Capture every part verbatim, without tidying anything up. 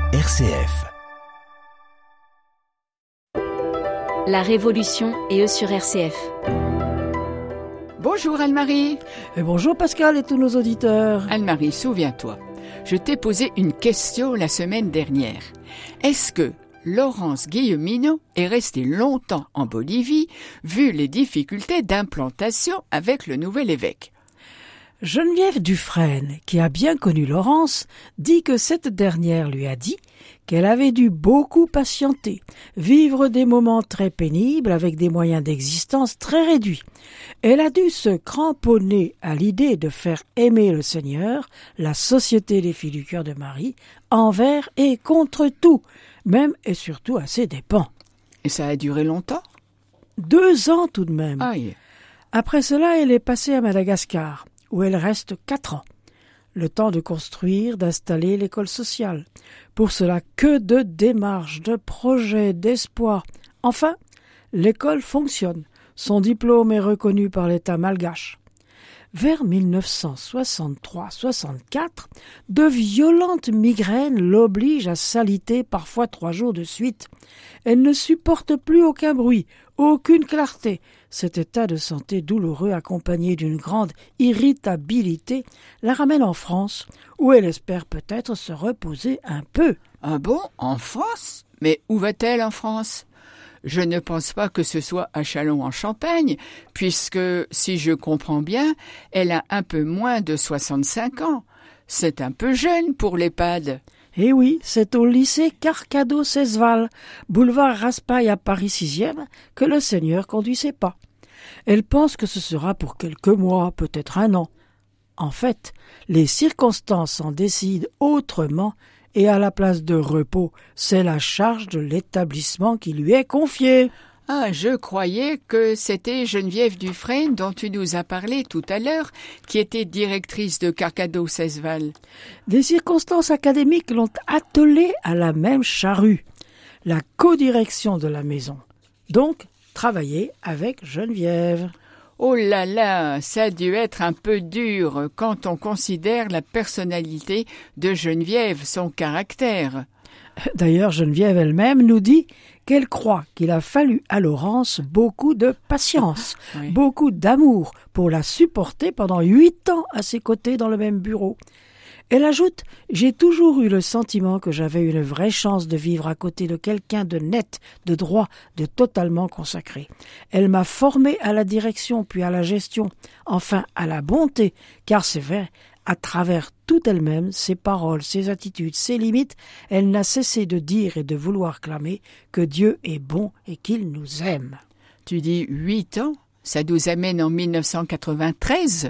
R C F. La Révolution et eux sur R C F. Bonjour Anne-Marie. Et bonjour Pascal et tous nos auditeurs. Anne-Marie, souviens-toi, je t'ai posé une question la semaine dernière. Est-ce que Laurence Guilleminault est restée longtemps en Bolivie, vu les difficultés d'implantation avec le nouvel évêque ? Geneviève Dufresne, qui a bien connu Laurence, dit que cette dernière lui a dit qu'elle avait dû beaucoup patienter, vivre des moments très pénibles avec des moyens d'existence très réduits. Elle a dû se cramponner à l'idée de faire aimer le Seigneur, la Société des Filles du Cœur de Marie, envers et contre tout, même et surtout à ses dépens. Et ça a duré longtemps ? Deux ans tout de même. Aïe. Après cela, elle est passée à Madagascar, où elle reste quatre ans. Le temps de construire, d'installer l'école sociale. Pour cela, que de démarches, de projets, d'espoir. Enfin, l'école fonctionne. Son diplôme est reconnu par l'État malgache. Vers mille neuf cent soixante-trois soixante-quatre, de violentes migraines l'obligent à s'aliter parfois trois jours de suite. Elle ne supporte plus aucun bruit, aucune clarté. Cet état de santé douloureux, accompagné d'une grande irritabilité, la ramène en France, où elle espère peut-être se reposer un peu. Ah bon, en France ? Mais où va-t-elle en France ? Je ne pense pas que ce soit à Châlons-en-Champagne, puisque, si je comprends bien, elle a un peu moins de soixante-cinq ans. C'est un peu jeune pour l'EHPAD. Eh oui, c'est au lycée Carcado-Cesval, boulevard Raspail à Paris sixième, que le Seigneur conduit ses pas. Elle pense que ce sera pour quelques mois, peut-être un an. En fait, les circonstances en décident autrement, et à la place de repos, c'est la charge de l'établissement qui lui est confiée. Ah, je croyais que c'était Geneviève Dufresne dont tu nous as parlé tout à l'heure, qui était directrice de Carcado-Cesval. Des circonstances académiques l'ont attelée à la même charrue, la codirection de la maison. Donc, travailler avec Geneviève. Oh là là, ça a dû être un peu dur quand on considère la personnalité de Geneviève, son caractère. D'ailleurs, Geneviève elle-même nous dit qu'elle croit qu'il a fallu à Laurence beaucoup de patience, oui. beaucoup d'amour pour la supporter pendant huit ans à ses côtés dans le même bureau. Elle ajoute « J'ai toujours eu le sentiment que j'avais une vraie chance de vivre à côté de quelqu'un de net, de droit, de totalement consacré. Elle m'a formée à la direction, puis à la gestion, enfin à la bonté, car c'est vrai, à travers toute elle-même, ses paroles, ses attitudes, ses limites, elle n'a cessé de dire et de vouloir clamer que Dieu est bon et qu'il nous aime. » Tu dis huit ans ? Ça nous amène en mille neuf cent quatre-vingt-treize ?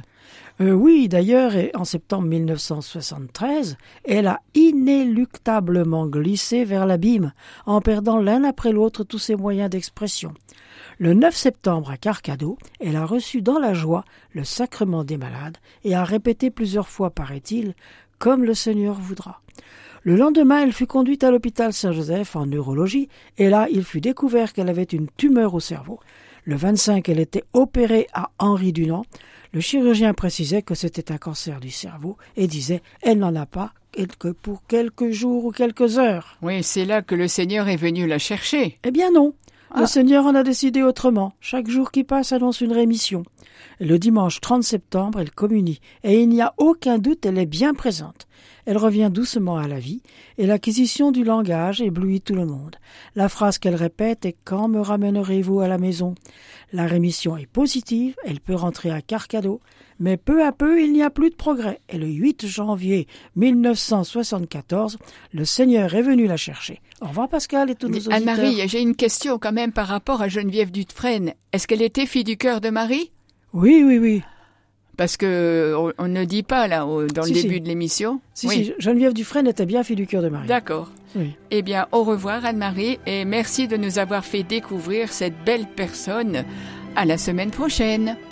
Euh, oui, d'ailleurs, en septembre mille neuf cent soixante-treize, elle a inéluctablement glissé vers l'abîme, en perdant l'un après l'autre tous ses moyens d'expression. Le neuf septembre à Carcado, elle a reçu dans la joie le sacrement des malades et a répété plusieurs fois, paraît-il, « Comme le Seigneur voudra ». Le lendemain, elle fut conduite à l'hôpital Saint-Joseph en neurologie, et là, il fut découvert qu'elle avait une tumeur au cerveau. Le vingt-cinq, elle était opérée à Henri-Dunant. Le chirurgien précisait que c'était un cancer du cerveau et disait « Elle n'en a pas que pour quelques jours ou quelques heures. » Oui, c'est là que le Seigneur est venu la chercher. Eh bien non. Ah. Le Seigneur en a décidé autrement. Chaque jour qui passe annonce une rémission. Le dimanche trente septembre, elle communie. Et il n'y a aucun doute, elle est bien présente. Elle revient doucement à la vie, et l'acquisition du langage éblouit tout le monde. La phrase qu'elle répète est « Quand me ramènerez-vous à la maison ?» La rémission est positive, elle peut rentrer à Carcado, mais peu à peu, il n'y a plus de progrès. Et le huit janvier mille neuf cent soixante-quatorze, le Seigneur est venu la chercher. Au revoir Pascal et tous nos auditeurs. Anne-Marie, j'ai une question quand même par rapport à Geneviève Dufresne. Est-ce qu'elle était fille du cœur de Marie ? Oui, oui, oui. Parce que on, on ne dit pas là au, dans si, le si. début de l'émission. Si, oui. si, Geneviève Dufresne était bien fille du cœur de Marie. D'accord. Oui. Eh bien, au revoir Anne-Marie et merci de nous avoir fait découvrir cette belle personne. À la semaine prochaine.